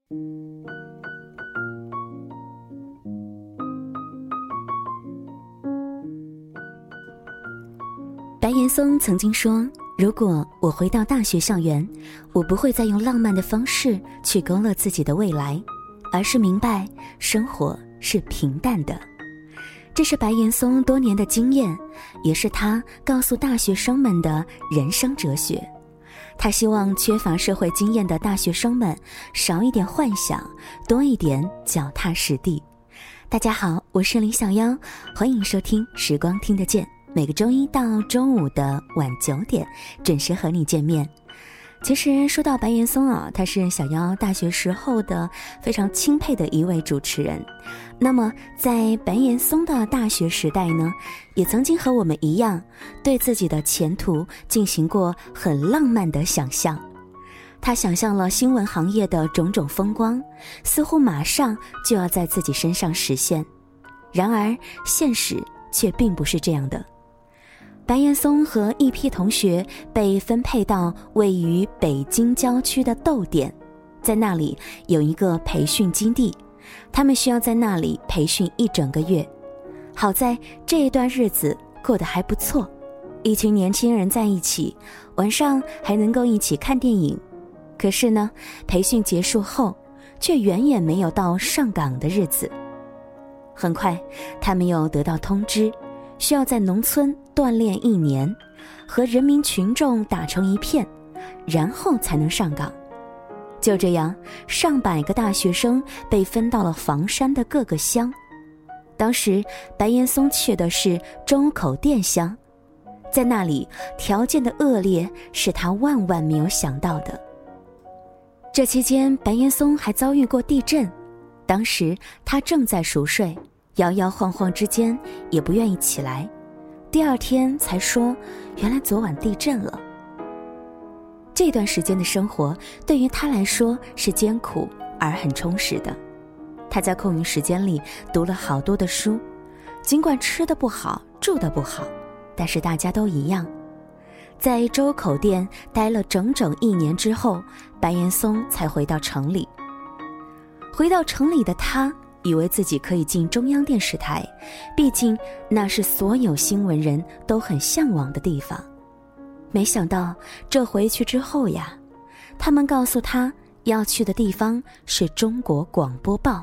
白岩松曾经说，如果我回到大学校园，我不会再用浪漫的方式去勾勒自己的未来，而是明白生活是平淡的。这是白岩松多年的经验，也是他告诉大学生们的人生哲学。他希望缺乏社会经验的大学生们少一点幻想，多一点脚踏实地。大家好，我是林小妖，欢迎收听时光听得见，每个周一到周五的晚9点准时和你见面。其实说到白岩松啊，他是小妖大学时候的非常钦佩的一位主持人。那么在白岩松的大学时代呢，也曾经和我们一样，对自己的前途进行过很浪漫的想象。他想象了新闻行业的种种风光，似乎马上就要在自己身上实现。然而现实却并不是这样的。白岩松和一批同学被分配到位于北京郊区的窦店，在那里有一个培训基地，他们需要在那里培训1整个月。好在这一段日子过得还不错，一群年轻人在一起，晚上还能够一起看电影。可是呢，培训结束后却远远没有到上岗的日子。很快他们又得到通知，需要在农村锻炼1年，和人民群众打成一片，然后才能上岗。就这样，上百个大学生被分到了房山的各个乡。当时白岩松去的是周口店乡，在那里条件的恶劣是他万万没有想到的。这期间白岩松还遭遇过地震，当时他正在熟睡，摇摇晃晃之间也不愿意起来，第2天才说原来昨晚地震了。这段时间的生活对于他来说是艰苦而很充实的。他在空余时间里读了好多的书，尽管吃得不好，住得不好，但是大家都一样。在周口店待了整整1年之后，白岩松才回到城里。回到城里的他以为自己可以进中央电视台，毕竟那是所有新闻人都很向往的地方。没想到这回去之后呀，他们告诉他要去的地方是中国广播报。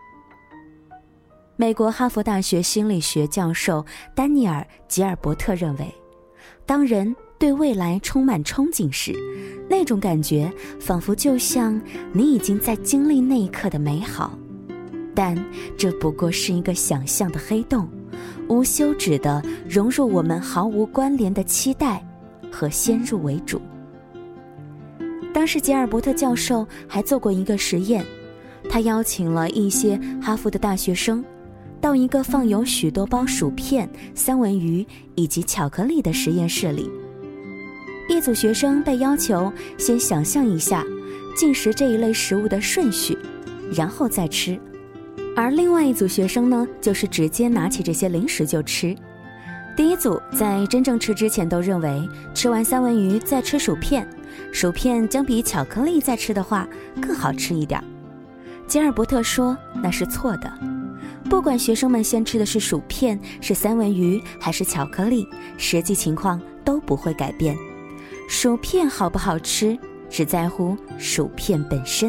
美国哈佛大学心理学教授丹尼尔·吉尔伯特认为，当人对未来充满憧憬时，那种感觉仿佛就像你已经在经历那一刻的美好，但这不过是一个想象的黑洞，无休止地融入我们毫无关联的期待和先入为主。当时吉尔伯特教授还做过一个实验，他邀请了一些哈佛的大学生到一个放有许多包薯片、三文鱼以及巧克力的实验室里。一组学生被要求先想象一下进食这一类食物的顺序，然后再吃。而另外一组学生呢，就是直接拿起这些零食就吃。第一组在真正吃之前都认为吃完三文鱼再吃薯片，薯片将比巧克力再吃的话更好吃一点。吉尔伯特说那是错的，不管学生们先吃的是薯片、是三文鱼还是巧克力，实际情况都不会改变。薯片好不好吃，只在乎薯片本身。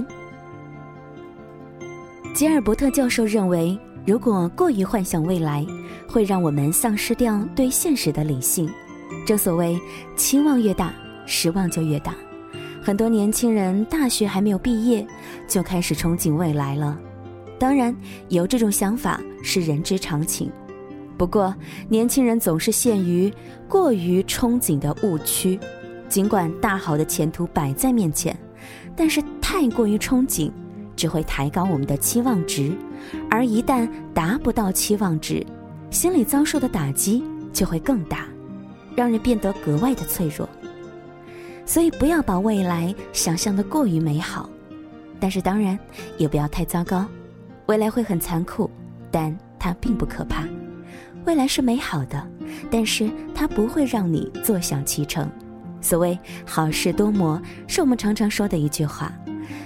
吉尔伯特教授认为，如果过于幻想未来，会让我们丧失掉对现实的理性。正所谓期望越大，失望就越大。很多年轻人大学还没有毕业，就开始憧憬未来了。当然，有这种想法是人之常情。不过，年轻人总是陷于过于憧憬的误区。尽管大好的前途摆在面前，但是太过于憧憬，只会抬高我们的期望值，而一旦达不到期望值，心理遭受的打击就会更大，让人变得格外的脆弱。所以不要把未来想象得过于美好，但是当然也不要太糟糕。未来会很残酷，但它并不可怕。未来是美好的，但是它不会让你坐享其成。所谓好事多磨，是我们常常说的一句话。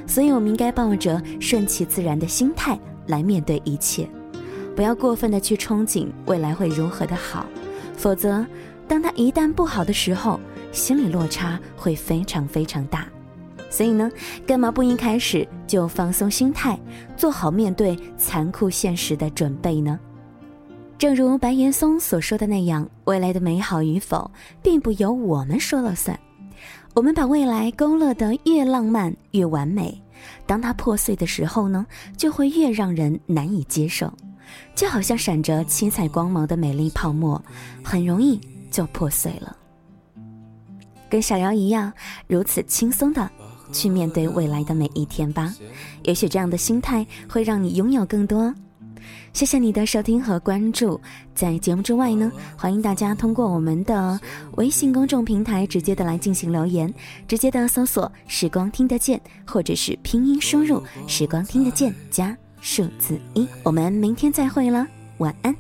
所以我们应该抱着顺其自然的心态来面对一切，不要过分的去憧憬未来会如何的好，否则当它一旦不好的时候，心理落差会非常非常大。所以呢，干嘛不一开始就放松心态，做好面对残酷现实的准备呢？正如白岩松所说的那样，未来的美好与否并不由我们说了算，我们把未来勾勒得越浪漫越完美，当它破碎的时候呢，就会越让人难以接受，就好像闪着七彩光芒的美丽泡沫，很容易就破碎了。跟小姚一样，如此轻松的去面对未来的每一天吧，也许这样的心态会让你拥有更多。谢谢你的收听和关注，在节目之外呢，欢迎大家通过我们的微信公众平台直接的来进行留言，直接的搜索时光听得见，或者是拼音输入时光听得见加数字1。我们明天再会了，晚安。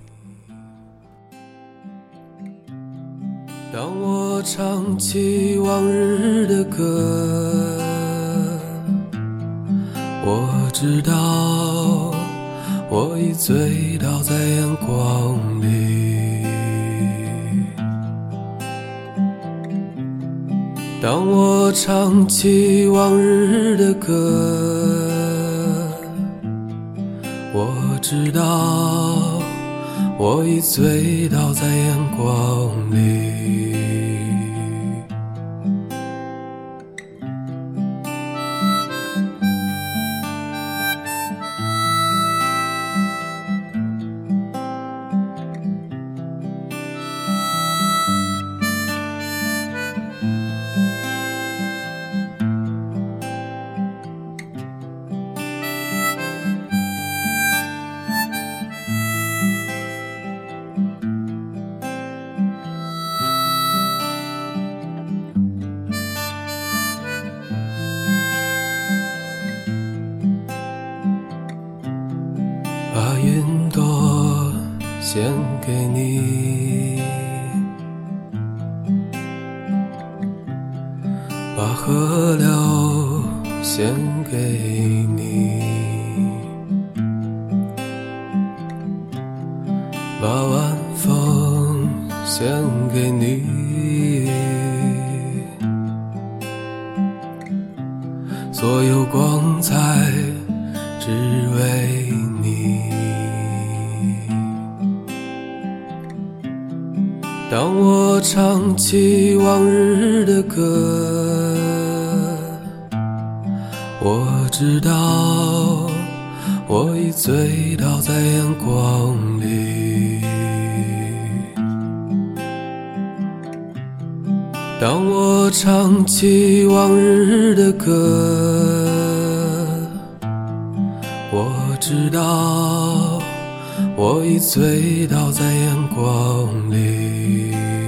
当我唱起往日的歌，我知道我已醉倒在阳光里。当我唱起往日的歌，我知道我已醉倒在阳光里。把云朵献给你，把河流献给你，把晚风献给你，所有光彩只为你。当我唱起往日的歌，我知道我已醉倒在阳光里。当我唱起往日的歌，我知道我已醉倒在阳光里。